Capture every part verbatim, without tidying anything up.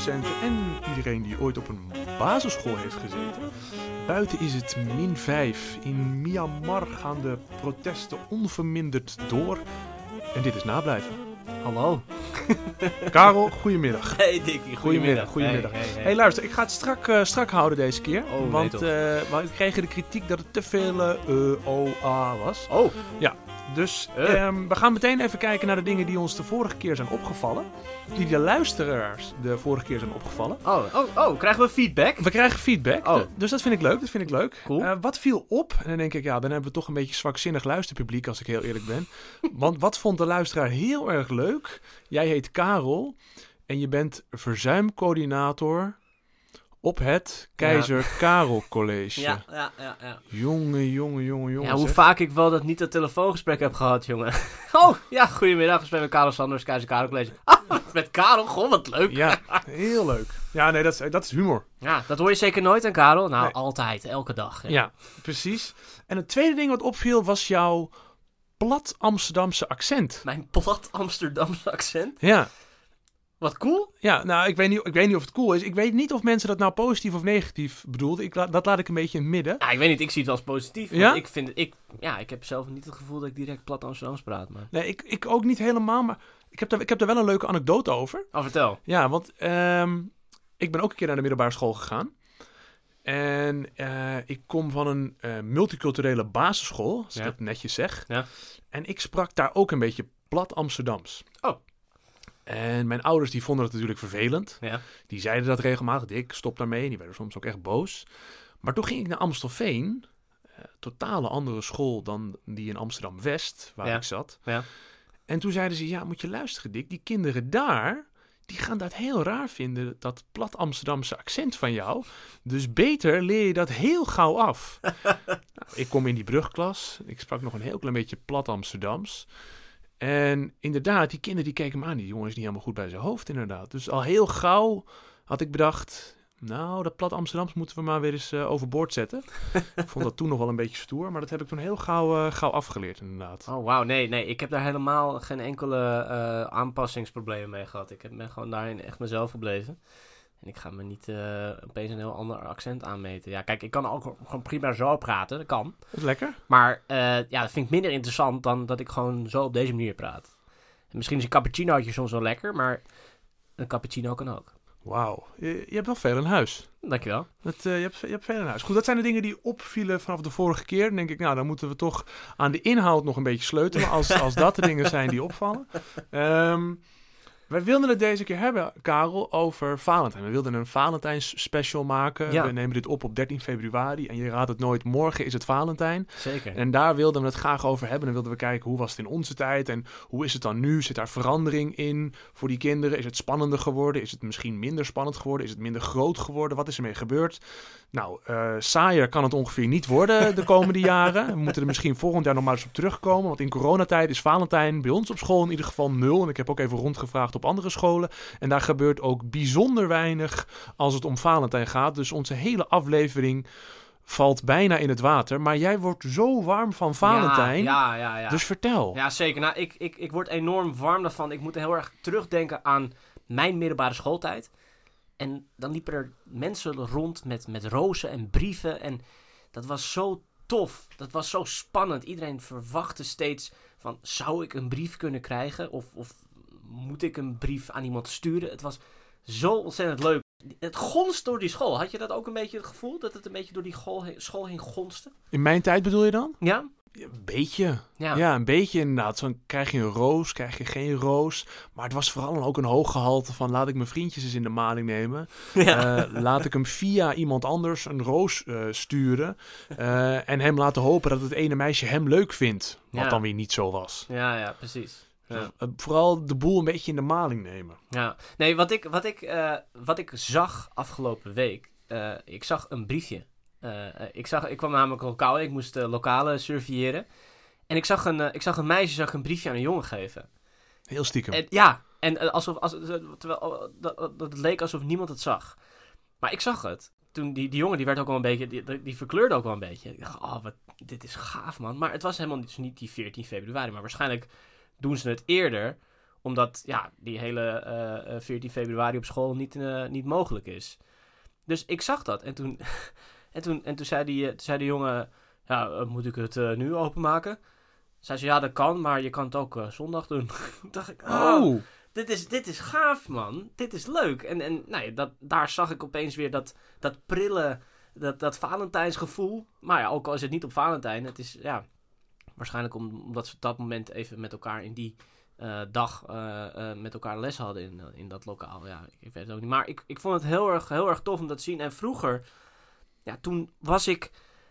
docenten en iedereen die ooit op een basisschool heeft gezeten. Buiten is het min vijf. In Myanmar gaan de protesten onverminderd door. En dit is Nablijven. Hallo. Karel, goedemiddag. Hey Dickie, Goedemiddag, goedemiddag. Hey, hey, hey. Hey, luister, ik ga het strak, uh, strak houden deze keer. Oh, nee want toch. uh, we kregen de kritiek dat het te veel uh, O A was. Oh. Ja, dus Uh. um, we gaan meteen even kijken naar de dingen die ons de vorige keer zijn opgevallen. Die de luisteraars de vorige keer zijn opgevallen. Oh, oh, oh, krijgen we feedback? We krijgen feedback, Oh. dus dat vind ik leuk, dat vind ik leuk. Cool. Uh, wat viel op? En dan denk ik, ja, dan hebben we toch een beetje zwakzinnig luisterpubliek, als ik heel eerlijk ben. Want wat vond de luisteraar heel erg leuk? Jij heet Karel en je bent verzuimcoördinator op het Keizer Ja. Karel College. Ja, ja, ja, ja. Jongen, jongen, jongen, jongen. Ja, hoe zeg. vaak ik wel dat niet dat telefoongesprek heb gehad, jongen. Oh, ja, goedemiddag. Ik spreek met Karel Sanders, Keizer Karel College. Ah, met Karel, goh, wat leuk. Ja, heel leuk. Ja, nee, dat is, dat is humor. Ja, dat hoor je zeker nooit aan Karel. Nou, Nee. altijd, elke dag. Ja. Ja, precies. En het tweede ding wat opviel was jouw plat Amsterdamse accent. Mijn plat Amsterdamse accent. Ja. Wat cool. Ja, nou, ik weet, niet, ik weet niet of het cool is. Ik weet niet of mensen dat nou positief of negatief bedoelden. Ik la- dat laat ik een beetje in het midden. Ja, ik weet niet, ik zie het wel als positief. want Ja? Ik, vind, ik, ja, ik heb zelf niet het gevoel dat ik direct plat Amsterdams praat. Maar... Nee, ik, ik ook niet helemaal, maar ik heb, daar, ik heb daar wel een leuke anekdote over. Oh, vertel. Ja, want ehm, ik ben ook een keer naar de middelbare school gegaan. En eh, ik kom van een eh, multiculturele basisschool, als Ja. ik dat netjes zeg. Ja. En ik sprak daar ook een beetje plat Amsterdams. Oh. En mijn ouders die vonden het natuurlijk vervelend. Ja. Die zeiden dat regelmatig. Ik stop daarmee. En die werden soms ook echt boos. Maar toen ging ik naar Amstelveen. Uh, totale andere school dan die in Amsterdam-West, waar Ja. ik zat. Ja. En toen zeiden ze, ja, moet je luisteren, Dick. Die kinderen daar, die gaan dat heel raar vinden, dat plat Amsterdamse accent van jou. Dus beter leer je dat heel gauw af. Nou, ik kom in die brugklas. Ik sprak nog een heel klein beetje plat Amsterdams. En inderdaad, die kinderen die keken me aan. Die jongen is niet helemaal goed bij zijn hoofd, inderdaad. Dus al heel gauw had ik bedacht, nou, dat plat Amsterdams moeten we maar weer eens uh, overboord zetten. Ik vond dat toen nog wel een beetje stoer, maar dat heb ik toen heel gauw, uh, gauw afgeleerd, inderdaad. Oh, wauw. Nee, nee, ik heb daar helemaal geen enkele uh, aanpassingsproblemen mee gehad. Ik ben gewoon daarin echt mezelf gebleven. En ik ga me niet uh, opeens een heel ander accent aanmeten. Ja, kijk, ik kan ook gewoon prima zo praten. Dat kan. Dat is lekker. Maar uh, ja, dat vind ik minder interessant dan dat ik gewoon zo op deze manier praat. En misschien is een cappuccinootje soms wel lekker, maar een cappuccino kan ook. Wauw, je, je hebt wel veel in huis. Dankjewel. Dat, uh, je, hebt, je hebt veel in huis. Goed, dat zijn de dingen die opvielen vanaf de vorige keer. Dan denk ik, nou, dan moeten we toch aan de inhoud nog een beetje sleutelen. Als, als dat de dingen zijn die opvallen. Um, wij wilden het deze keer hebben, Karel, over Valentijn. We wilden een Valentijns special maken. Ja. We nemen dit op op dertien februari. En je raadt het nooit, morgen is het Valentijn. Zeker. En daar wilden we het graag over hebben. Dan wilden we kijken, hoe was het in onze tijd? En hoe is het dan nu? Zit daar verandering in voor die kinderen? Is het spannender geworden? Is het misschien minder spannend geworden? Is het minder groot geworden? Wat is ermee gebeurd? Nou, uh, saaier kan het ongeveer niet worden de komende jaren. We moeten er misschien volgend jaar nog maar eens op terugkomen. Want in coronatijd is Valentijn bij ons op school in ieder geval nul. En ik heb ook even rondgevraagd op andere scholen. En daar gebeurt ook bijzonder weinig als het om Valentijn gaat. Dus onze hele aflevering valt bijna in het water. Maar jij wordt zo warm van Valentijn. Ja, ja, ja, ja. Dus vertel. Ja, zeker. Nou, ik, ik, ik word enorm warm daarvan. Ik moet heel erg terugdenken aan mijn middelbare schooltijd. En dan liepen er mensen rond met, met rozen en brieven. En dat was zo tof. Dat was zo spannend. Iedereen verwachtte steeds van, zou ik een brief kunnen krijgen? Of, of moet ik een brief aan iemand sturen? Het was zo ontzettend leuk. Het gonst door die school. Had je dat ook een beetje het gevoel? Dat het een beetje door die school heen, school heen gonste? In mijn tijd bedoel je dan? Ja? Ja, een beetje. Ja. Ja, een beetje inderdaad. Zo krijg je een roos, krijg je geen roos. Maar het was vooral ook een hoog gehalte van, laat ik mijn vriendjes eens in de maling nemen. Ja. Uh, laat ik hem via iemand anders een roos uh, sturen. Uh, en hem laten hopen dat het ene meisje hem leuk vindt. Wat Ja. dan weer niet zo was. Ja, ja, precies. Ja. Uh, vooral de boel een beetje in de maling nemen. Ja, nee, wat ik, wat ik, uh, wat ik zag afgelopen week, uh, ik zag een briefje. Uh, ik, zag, ik kwam namelijk lokaal, ik moest uh, lokalen surveilleren. En ik zag, een, uh, ik zag een meisje zag een briefje aan een jongen geven. Heel stiekem. En, ja, en uh, alsof, als, terwijl, uh, dat, dat het leek alsof niemand het zag. Maar ik zag het. Toen die, die jongen, die werd ook wel een beetje, die, die verkleurde ook wel een beetje. Ik dacht, oh, wat, dit is gaaf, man. Maar het was helemaal niet, niet die veertien februari, maar waarschijnlijk doen ze het eerder Omdat ja, die hele uh, veertien februari op school niet, uh, niet mogelijk is. Dus ik zag dat. En toen, en toen, en toen, zei, die, toen zei de jongen, ja, uh, moet ik het uh, nu openmaken? Zei ze, ja, dat kan, maar je kan het ook uh, zondag doen. Toen dacht ik, oh, oh. Dit, is, dit is gaaf, man. Dit is leuk. En, en nou ja, dat, daar zag ik opeens weer dat, dat prille, dat, dat Valentijnsgevoel. Maar ja, ook al is het niet op Valentijn, het is, ja, waarschijnlijk omdat ze op dat moment even met elkaar in die uh, dag uh, uh, met elkaar les hadden in, in dat lokaal. Ja, ik, ik weet het ook niet. Maar ik, ik vond het heel erg, heel erg tof om dat te zien. En vroeger, ja, toen was ik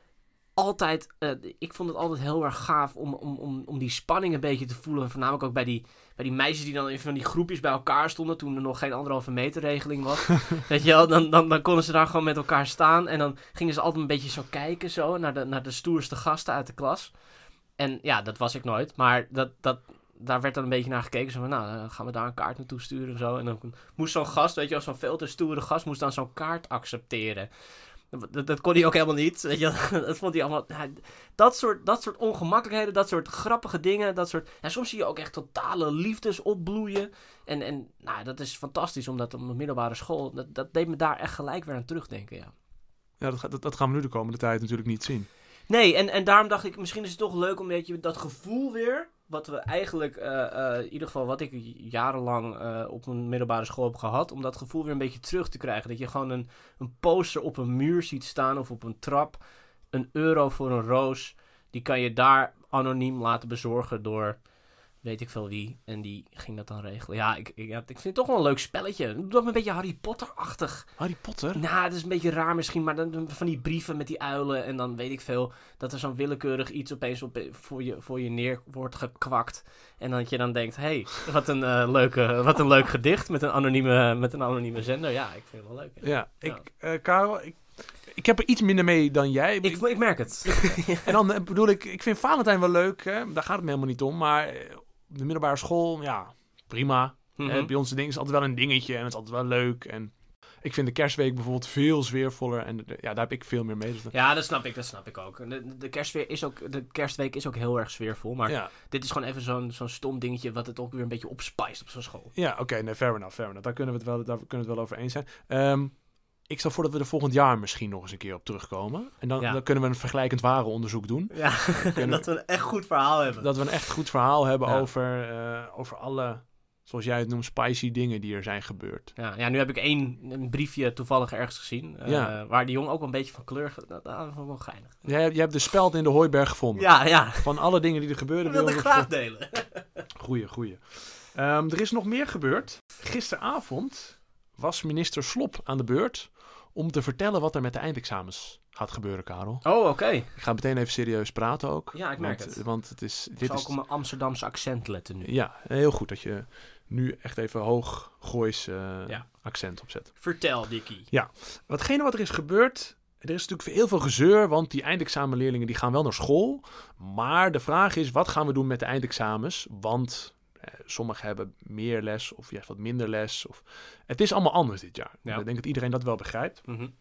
altijd, uh, ik vond het altijd heel erg gaaf om, om, om, om die spanning een beetje te voelen. Voornamelijk ook bij die, bij die meisjes die dan in van die groepjes bij elkaar stonden. Toen er nog geen anderhalve meter regeling was. Weet je wel, dan, dan, dan konden ze daar gewoon met elkaar staan. En dan gingen ze altijd een beetje zo kijken zo, naar, de, naar de stoerste gasten uit de klas. En ja, dat was ik nooit. Maar dat, dat, daar werd dan een beetje naar gekeken. Zo van, nou, dan gaan we daar een kaart naartoe sturen of zo. En dan moest zo'n gast, weet je wel, zo'n veel te stoere gast, moest dan zo'n kaart accepteren. Dat, dat kon hij ook helemaal niet. Weet je, dat vond hij allemaal. Ja, dat, soort, dat soort ongemakkelijkheden, dat soort grappige dingen. Dat soort, ja, soms zie je ook echt totale liefdes opbloeien. En, en nou, dat is fantastisch, omdat op de middelbare school. Dat, dat deed me daar echt gelijk weer aan terugdenken. Ja, ja dat, dat, dat gaan we nu de komende tijd natuurlijk niet zien. Nee, en, en daarom dacht ik, misschien is het toch leuk om weet je, dat gevoel weer. Wat we eigenlijk, uh, uh, in ieder geval wat ik jarenlang uh, op een middelbare school heb gehad. Om dat gevoel weer een beetje terug te krijgen. Dat je gewoon een, een poster op een muur ziet staan of op een trap. Een euro voor een roos. Die kan je daar anoniem laten bezorgen door weet ik veel wie. En die ging dat dan regelen. Ja, ik, ik, ik vind het toch wel een leuk spelletje. Het doet me een beetje Harry Potter-achtig. Harry Potter? Nou, het is een beetje raar misschien. Maar dan van die brieven met die uilen. En dan weet ik veel dat er zo'n willekeurig iets opeens op, voor, je, voor je neer wordt gekwakt. En dat je dan denkt, hé, hey, wat, een, uh, leuke, wat een leuk gedicht met een anonieme, met een anonieme zender. Ja, ik vind het wel leuk. Hè? Ja, ja. Ik, uh, Karel, ik, ik heb er iets minder mee dan jij. Ik, ik merk het. En dan bedoel ik, ik vind Valentijn wel leuk. Hè? Daar gaat het me helemaal niet om. Maar op de middelbare school, ja, prima. Mm-hmm. Eh, bij ons ding is altijd wel een dingetje en het is altijd wel leuk. En ik vind de kerstweek bijvoorbeeld veel sfeervoller. En de, ja, daar heb ik veel meer mee. Dus ja, dat snap ik, dat snap ik ook. De, de, kerstweek is ook. de kerstweek is ook heel erg sfeervol. Maar ja. Dit is gewoon even zo'n, zo'n stom dingetje wat het ook weer een beetje opspijst op zo'n school. Ja, oké, okay, nee, fair enough, fair enough. Daar kunnen we het wel, daar kunnen we het wel over eens zijn. Um, Ik stel voor dat we er volgend jaar misschien nog eens een keer op terugkomen. En dan, ja. dan kunnen we een vergelijkend warenonderzoek doen. Ja, en dat we een echt goed verhaal hebben. Dat we een echt goed verhaal hebben ja. over, uh, over alle, zoals jij het noemt, spicy dingen die er zijn gebeurd. Ja, ja nu heb ik één een briefje toevallig ergens gezien. Uh, ja. Waar die jongen ook een beetje van kleur... Dat, dat vond ik wel geinig. Jij hebt, jij hebt de speld in de hooiberg gevonden. Ja, ja. Van alle dingen die er gebeurden. Dat wil ik graag delen. Goeie, goeie. Um, er is nog meer gebeurd. Gisteravond was minister Slop aan de beurt om te vertellen wat er met de eindexamens gaat gebeuren, Karel. Oh, oké. Okay. Ik ga meteen even serieus praten ook. Ja, ik merk want, het. Want het is... Ik dit zal is... ook op mijn Amsterdamse accent letten nu. Ja, heel goed dat je nu echt even hoog Goois uh, ja. accent opzet. Vertel, Dickie. Ja, watgene wat er is gebeurd... Er is natuurlijk heel veel gezeur, want die eindexamenleerlingen die gaan wel naar school. Maar de vraag is, wat gaan we doen met de eindexamens? Want... Sommigen hebben meer les of juist wat minder les. Of... Het is allemaal anders dit jaar. Ja. Ik denk dat iedereen dat wel begrijpt. Mm-hmm.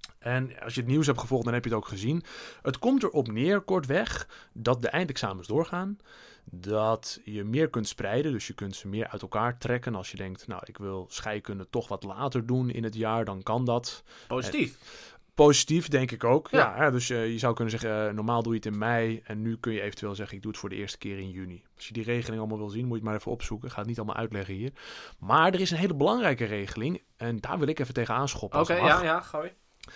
En als je het nieuws hebt gevolgd, dan heb je het ook gezien. Het komt erop neer, kortweg, dat de eindexamens doorgaan. Dat je meer kunt spreiden. Dus je kunt ze meer uit elkaar trekken. Als je denkt, nou, ik wil scheikunde toch wat later doen in het jaar, dan kan dat. Positief. En, Positief, denk ik ook. Ja. Ja, dus uh, je zou kunnen zeggen, uh, normaal doe je het in mei. En nu kun je eventueel zeggen, ik doe het voor de eerste keer in juni. Als je die regeling allemaal wil zien, moet je het maar even opzoeken. Ik ga het niet allemaal uitleggen hier. Maar er is een hele belangrijke regeling. En daar wil ik even tegen aanschoppen. Oké, okay, ja, ja, gooi.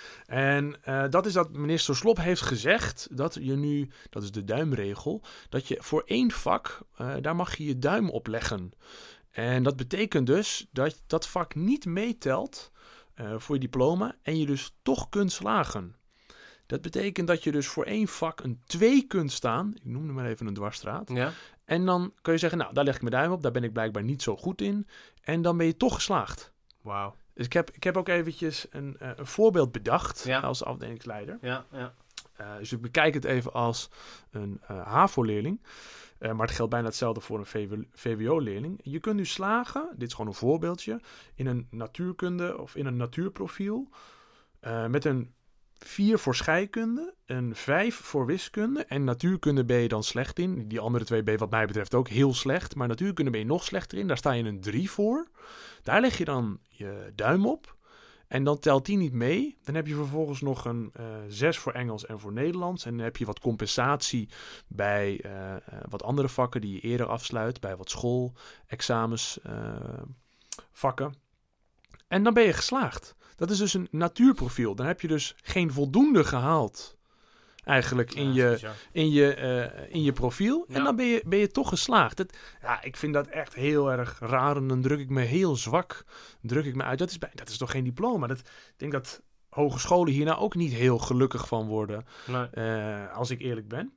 En uh, dat is dat minister Slop heeft gezegd dat je nu, dat is de duimregel, dat je voor één vak, uh, daar mag je je duim op leggen. En dat betekent dus dat dat vak niet meetelt Uh, voor je diploma en je dus toch kunt slagen. Dat betekent dat je dus voor één vak een twee kunt staan. Ik noemde maar even een dwarsstraat. Ja. En dan kun je zeggen, nou, daar leg ik mijn duim op. Daar ben ik blijkbaar niet zo goed in. En dan ben je toch geslaagd. Wauw. Dus ik heb, ik heb ook eventjes een, uh, een voorbeeld bedaald ja. als afdelingsleider. Ja, ja. Uh, dus ik bekijk het even als een uh, HAVO-leerling. Uh, maar het geldt bijna hetzelfde voor een V W O-leerling. Je kunt nu slagen, dit is gewoon een voorbeeldje, in een natuurkunde of in een natuurprofiel uh, met een vier voor scheikunde, een vijf voor wiskunde en natuurkunde ben je dan slecht in. Die andere twee ben je wat mij betreft ook heel slecht, maar natuurkunde ben je nog slechter in. Daar sta je een drie voor. Daar leg je dan je duim op. En dan telt die niet mee. Dan heb je vervolgens nog een uh, zes voor Engels en voor Nederlands. En dan heb je wat compensatie bij uh, uh, wat andere vakken die je eerder afsluit. Bij wat schoolexamens uh, vakken. En dan ben je geslaagd. Dat is dus een natuurprofiel. Dan heb je dus geen voldoende gehaald. Eigenlijk in, ja, je, in, je, uh, in je profiel. Ja. En dan ben je, ben je toch geslaagd. Dat, ja, ik vind dat echt heel erg raar. En dan druk ik me heel zwak. Druk ik me uit. Dat is, bij, dat is toch geen diploma? Dat, ik denk dat hogescholen hier nou ook niet heel gelukkig van worden. Nee. Uh, als ik eerlijk ben.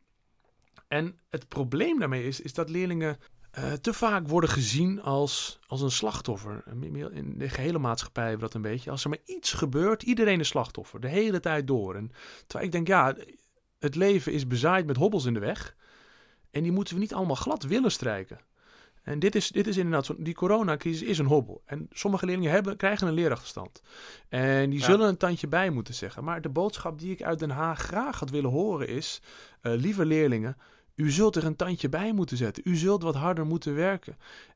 En het probleem daarmee is, is dat leerlingen uh, te vaak worden gezien als, als een slachtoffer. In de gehele maatschappij hebben we dat een beetje. Als er maar iets gebeurt, iedereen is slachtoffer. De hele tijd door. En terwijl ik denk, ja, het leven is bezaaid met hobbels in de weg. En die moeten we niet allemaal glad willen strijken. En dit is, dit is inderdaad, zo, die coronacrisis is een hobbel. En sommige leerlingen hebben, krijgen een leerachterstand. En die ja. zullen een tandje bij moeten zeggen. Maar de boodschap die ik uit Den Haag graag had willen horen is, uh, lieve leerlingen, u zult er een tandje bij moeten zetten. U zult wat harder moeten werken.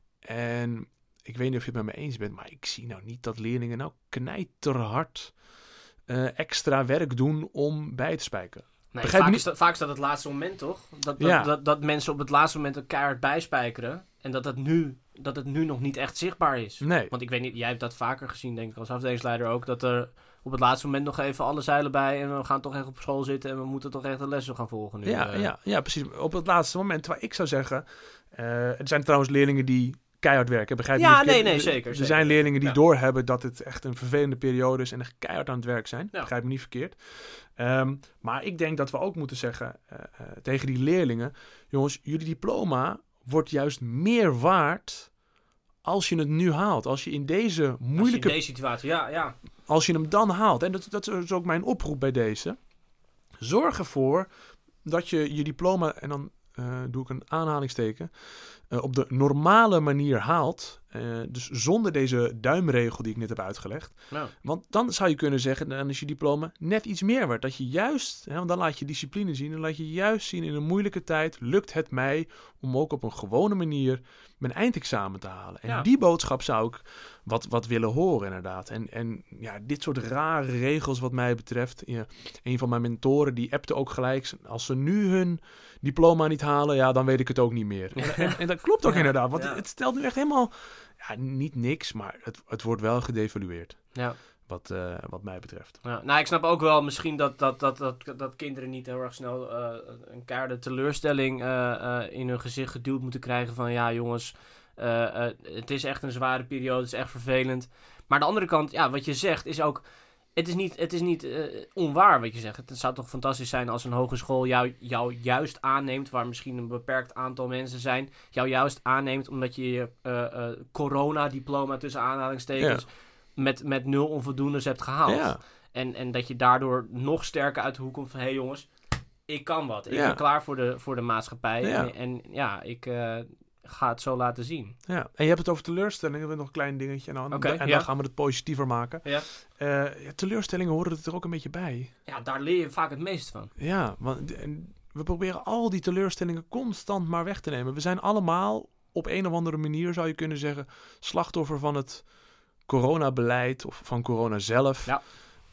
En ik weet niet of je het met me eens bent, maar ik zie nou niet dat leerlingen nou knijterhard uh, extra werk doen om bij te spijkeren. Nee, vaak, is dat, vaak is dat het laatste moment, toch? Dat, dat, ja. dat, dat mensen op het laatste moment een keihard bijspijkeren. En dat het, nu, dat het nu nog niet echt zichtbaar is. Nee. Want ik weet niet, jij hebt dat vaker gezien, denk ik, als afdelingsleider ook. Dat er op het laatste moment nog even alle zeilen bij. En we gaan toch echt op school zitten. En we moeten toch echt de lessen gaan volgen nu. Ja, uh. ja, ja, precies. Op het laatste moment. Terwijl ik zou zeggen, uh, er zijn trouwens leerlingen die keihard werken. Begrijp je? Ja, nee, nee, zeker. Er zeker. zijn leerlingen die ja. doorhebben dat het echt een vervelende periode is en echt keihard aan het werk zijn. Ja. Begrijp me niet verkeerd. Um, maar ik denk dat we ook moeten zeggen uh, uh, tegen die leerlingen, jongens, jullie diploma wordt juist meer waard als je het nu haalt. Als je in deze moeilijke... Als je in deze situatie, ja, ja. Als je hem dan haalt. En dat, dat is ook mijn oproep bij deze. Zorg ervoor dat je je diploma, en dan uh, doe ik een aanhalingsteken, uh, op de normale manier haalt. Uh, dus zonder deze duimregel die ik net heb uitgelegd. Nou. Want dan zou je kunnen zeggen, dan is je diploma net iets meer waard. Dat je juist, hè, want dan laat je discipline zien. Dan laat je juist zien in een moeilijke tijd, lukt het mij om ook op een gewone manier mijn eindexamen te halen. En ja. die boodschap zou ik wat, wat willen horen inderdaad. En, en ja, dit soort rare regels wat mij betreft. Ja, een van mijn mentoren die appte ook gelijk, als ze nu hun diploma niet halen, ja, dan weet ik het ook niet meer. En, en, en dat klopt ook ja, inderdaad, want ja. het stelt nu echt helemaal, ja, niet niks, maar het, het wordt wel gedevalueerd. Ja. Wat, uh, wat mij betreft. Ja, nou, ik snap ook wel misschien dat, dat, dat, dat, dat kinderen niet heel erg snel uh, een keiharde teleurstelling uh, uh, in hun gezicht geduwd moeten krijgen van ja jongens, uh, uh, het is echt een zware periode, het is echt vervelend. Maar aan de andere kant, ja, wat je zegt is ook, het is niet, het is niet uh, onwaar wat je zegt. Het zou toch fantastisch zijn als een hogeschool jou, jou juist aanneemt, waar misschien een beperkt aantal mensen zijn, jou juist aanneemt omdat je je uh, uh, corona-diploma tussen aanhalingstekens ja. met, met nul onvoldoendes hebt gehaald. Ja. En, en dat je daardoor nog sterker uit de hoek komt van, hé hey jongens, ik kan wat. Ik ja. ben klaar voor de, voor de maatschappij. Ja. En, en ja, ik uh, ga het zo laten zien. Ja, en je hebt het over teleurstellingen. We hebben nog een klein dingetje. En dan, okay, en ja. dan gaan we het positiever maken. Ja. Uh, ja, teleurstellingen horen er ook een beetje bij. Ja, daar leer je vaak het meest van. Ja, want we proberen al die teleurstellingen constant maar weg te nemen. We zijn allemaal op een of andere manier, zou je kunnen zeggen, slachtoffer van het coronabeleid of van corona zelf. Ja.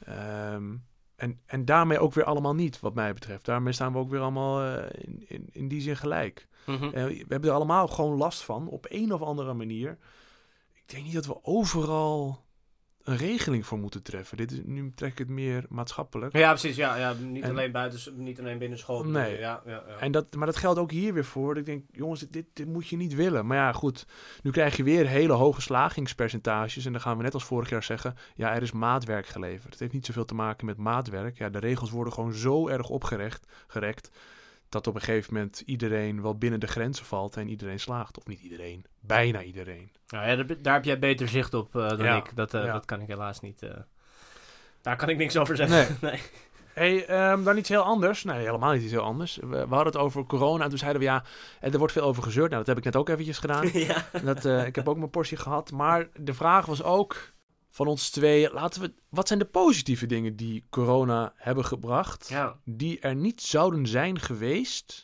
Um, en, en daarmee ook weer allemaal niet, wat mij betreft. Daarmee staan we ook weer allemaal uh, in, in, in die zin gelijk. Mm-hmm. Uh, we hebben er allemaal gewoon last van, op een of andere manier. Ik denk niet dat we overal een regeling voor moeten treffen. Dit is, nu trek ik het meer maatschappelijk. Ja, precies. Ja, ja, niet, en, alleen buiten, niet alleen binnen school. Nee. Ja, ja, ja. En dat, maar dat geldt ook hier weer voor. Ik denk, jongens, dit, dit moet je niet willen. Maar ja, goed. Nu krijg je weer hele hoge slagingspercentages. En dan gaan we net als vorig jaar zeggen, ja, er is maatwerk geleverd. Het heeft niet zoveel te maken met maatwerk. Ja, de regels worden gewoon zo erg opgerekt, gerekt, dat op een gegeven moment iedereen wel binnen de grenzen valt en iedereen slaagt. Of niet iedereen, bijna iedereen. Nou ja, daar, daar heb jij beter zicht op uh, dan ja. ik. Dat, uh, ja. dat kan ik helaas niet. Uh, daar kan ik niks over zeggen. Nee. nee. Hey, um, dan iets heel anders. Nee, helemaal niet iets heel anders. We, we hadden het over corona en toen zeiden we ja, er wordt veel over gezeurd. Nou, dat heb ik net ook eventjes gedaan. ja. dat, uh, ik heb ook mijn portie gehad. Maar de vraag was ook, van ons tweeën, laten we... Wat zijn de positieve dingen die corona hebben gebracht... Ja. die er niet zouden zijn geweest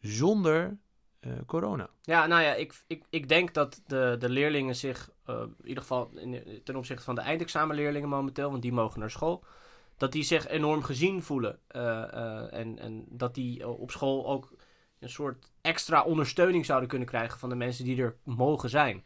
zonder uh, corona? Ja, nou ja, ik, ik, ik denk dat de, de leerlingen zich... Uh, in ieder geval in, ten opzichte van de eindexamenleerlingen momenteel... want die mogen naar school... dat die zich enorm gezien voelen. Uh, uh, en, en dat die uh, op school ook... een soort extra ondersteuning zouden kunnen krijgen... van de mensen die er mogen zijn.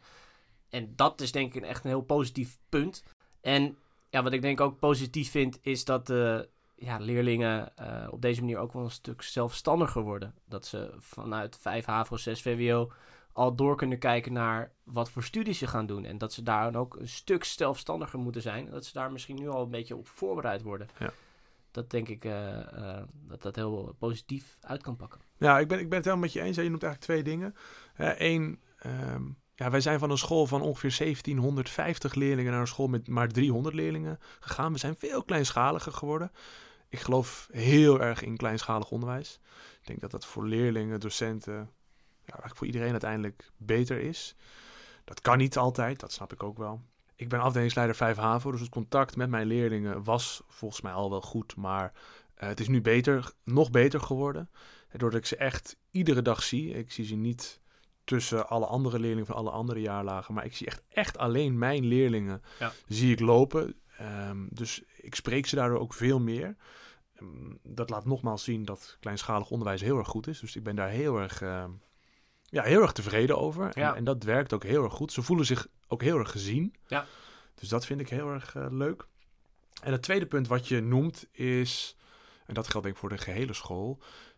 En dat is denk ik echt een heel positief punt. En ja, wat ik denk ook positief vind... is dat de ja, leerlingen uh, op deze manier ook wel een stuk zelfstandiger worden. Dat ze vanuit vijf HAVO, zes V W O... al door kunnen kijken naar wat voor studies ze gaan doen. En dat ze daar dan ook een stuk zelfstandiger moeten zijn. Dat ze daar misschien nu al een beetje op voorbereid worden. Ja. Dat denk ik uh, uh, dat dat heel positief uit kan pakken. Ja, ik ben, ik ben het helemaal met je eens. Je noemt eigenlijk twee dingen. Eén, uh, um, ja, wij zijn van een school van ongeveer zeventienhonderdvijftig leerlingen... naar een school met maar driehonderd leerlingen gegaan. We zijn veel kleinschaliger geworden. Ik geloof heel erg in kleinschalig onderwijs. Ik denk dat dat voor leerlingen, docenten... ja, eigenlijk voor iedereen uiteindelijk beter is. Dat kan niet altijd, dat snap ik ook wel. Ik ben afdelingsleider vijf HAVO, dus het contact met mijn leerlingen was volgens mij al wel goed. Maar uh, het is nu beter, nog beter geworden. Doordat ik ze echt iedere dag zie. Ik zie ze niet tussen alle andere leerlingen van alle andere jaarlagen. Maar ik zie echt, echt alleen mijn leerlingen ja. zie ik lopen. Um, dus ik spreek ze daardoor ook veel meer. Um, dat laat nogmaals zien dat kleinschalig onderwijs heel erg goed is. Dus ik ben daar heel erg... Uh, Ja, heel erg tevreden over. Ja. En, en dat werkt ook heel erg goed. Ze voelen zich ook heel erg gezien. Ja. Dus dat vind ik heel erg uh, leuk. En het tweede punt wat je noemt is... en dat geldt denk ik voor de gehele school...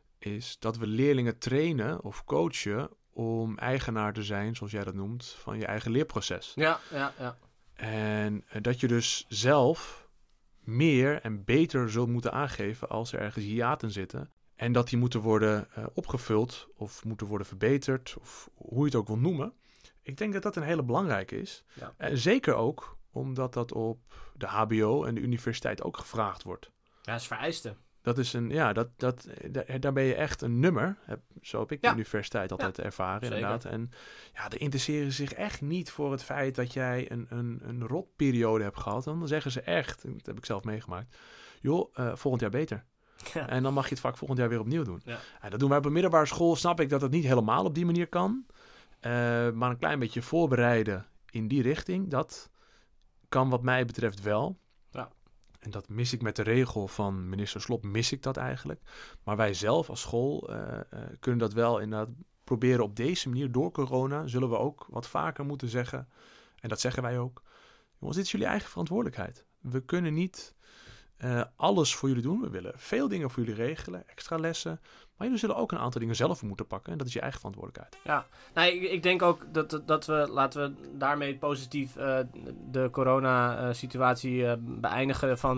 is dat we leerlingen trainen of coachen... om eigenaar te zijn, zoals jij dat noemt... van je eigen leerproces. Ja, ja, ja. En uh, dat je dus zelf meer en beter zult moeten aangeven... als er ergens hiaten zitten... En dat die moeten worden uh, opgevuld of moeten worden verbeterd, of hoe je het ook wil noemen. Ik denk dat dat een hele belangrijke is. Ja. En zeker ook omdat dat op de H B O en de universiteit ook gevraagd wordt. Ja, dat is vereiste. Dat is een, ja, dat, dat, daar, daar ben je echt een nummer. Zo heb ik ja. de universiteit altijd ja. ervaren, Zeker. inderdaad. En ja, de interesseren zich echt niet voor het feit dat jij een, een, een rotperiode hebt gehad. Dan zeggen ze echt, dat heb ik zelf meegemaakt, joh, uh, volgend jaar beter. Ja. En dan mag je het vak volgend jaar weer opnieuw doen. Ja. En dat doen wij op een middelbare school. Snap ik dat het niet helemaal op die manier kan. Uh, maar een klein beetje voorbereiden in die richting. Dat kan wat mij betreft wel. Ja. En dat mis ik met de regel van minister Slop. Mis ik dat eigenlijk. Maar wij zelf als school uh, uh, kunnen dat wel inderdaad proberen op deze manier. Door corona zullen we ook wat vaker moeten zeggen. En dat zeggen wij ook. Jongens, dit is jullie eigen verantwoordelijkheid. We kunnen niet... Uh, alles voor jullie doen. We willen veel dingen voor jullie regelen, extra lessen. Maar jullie zullen ook een aantal dingen zelf moeten pakken. En dat is je eigen verantwoordelijkheid. Ja, nou, ik, ik denk ook dat, dat we, laten we daarmee positief uh, de corona-situatie uh, beëindigen van...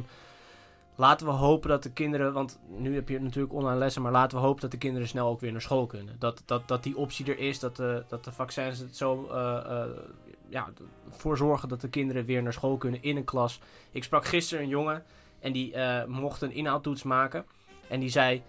Laten we hopen dat de kinderen, want nu heb je natuurlijk online lessen, maar laten we hopen dat de kinderen snel ook weer naar school kunnen. Dat, dat, dat die optie er is, dat de, dat de vaccins het zo uh, uh, ja, voor zorgen dat de kinderen weer naar school kunnen in een klas. Ik sprak gisteren een jongen en die uh, mocht een inhaaltoets maken. En die zei,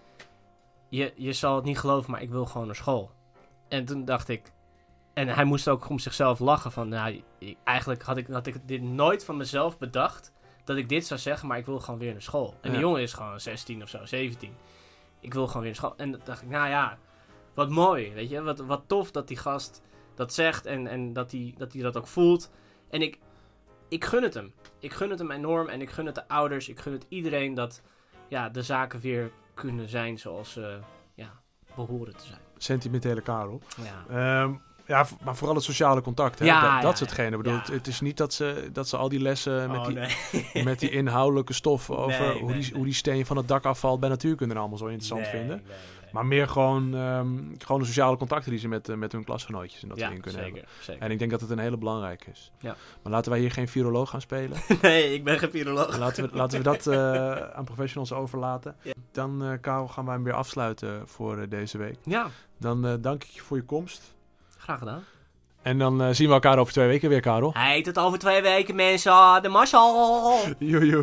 je, je zal het niet geloven, maar ik wil gewoon naar school. En toen dacht ik, en hij moest ook om zichzelf lachen van, nou, eigenlijk had ik, had ik dit nooit van mezelf bedacht... dat ik dit zou zeggen, maar ik wil gewoon weer naar school. En ja. die jongen is gewoon zestien of zo, zeventien. Ik wil gewoon weer naar school. En dan dacht ik, nou ja, wat mooi, weet je. Wat, wat tof dat die gast dat zegt en, en dat hij dat, dat ook voelt. En ik, ik gun het hem. Ik gun het hem enorm en ik gun het de ouders. Ik gun het iedereen dat ja, de zaken weer kunnen zijn zoals ze uh, ja, behoren te zijn. Sentimentele Karel. Ja. Um, Ja, maar vooral het sociale contact. Hè? Ja, dat, ja, dat is hetgene. Ik bedoel, ja. het, het is niet dat ze, dat ze al die lessen met, oh, die, nee. met die inhoudelijke stof over nee, hoe, nee, die, nee. hoe die steen van het dak afvalt bij natuurkunde allemaal zo interessant nee, vinden. Nee, nee. Maar meer gewoon, um, gewoon de sociale contacten die ze met, uh, met hun klasgenootjes en dat ja, soort dingen kunnen zeker, hebben. Zeker. En ik denk dat het een hele belangrijke is. Ja. Maar laten wij hier geen viroloog gaan spelen. Nee, ik ben geen viroloog. Laten we, laten we dat uh, aan professionals overlaten. Ja. Dan, uh, Karel, gaan wij hem weer afsluiten voor uh, deze week. Ja. Dan uh, dank ik je voor je komst. Graag gedaan. En dan uh, zien we elkaar over twee weken weer, Karel. Hey, tot over twee weken, mensen. De Marshall. Joejoe.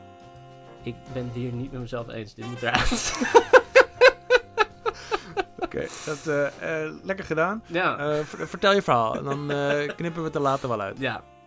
Ik ben het hier niet met mezelf eens. Dit moet eruit. Oké, dat uh, uh, lekker gedaan. Ja. Uh, v- vertel je verhaal en dan uh, knippen we het er later wel uit. Ja.